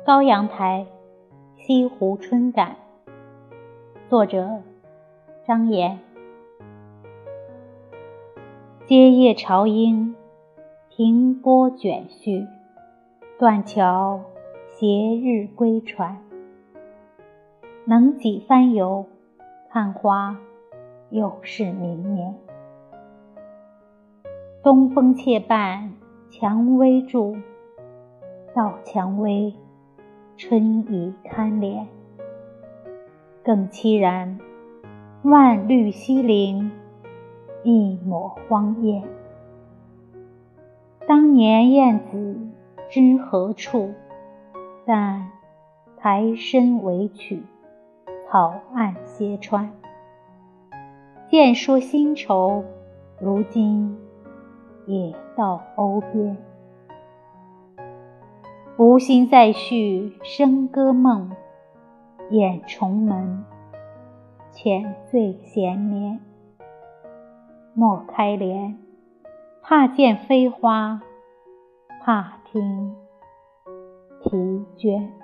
高阳台，西湖春感。作者张岩。阶夜潮音，停波卷絮，断桥斜日归船。能几番游，看花又是明年。东风切伴蔷薇住，到蔷薇春已堪怜。更凄然，万绿西林，一抹荒艳。当年燕子知何处？但台身为曲，草岸歇川。见说新愁，如今也到瓯边。无心再续笙歌梦，掩重门，浅醉闲眠。莫开帘，怕见飞花，怕听啼鹃。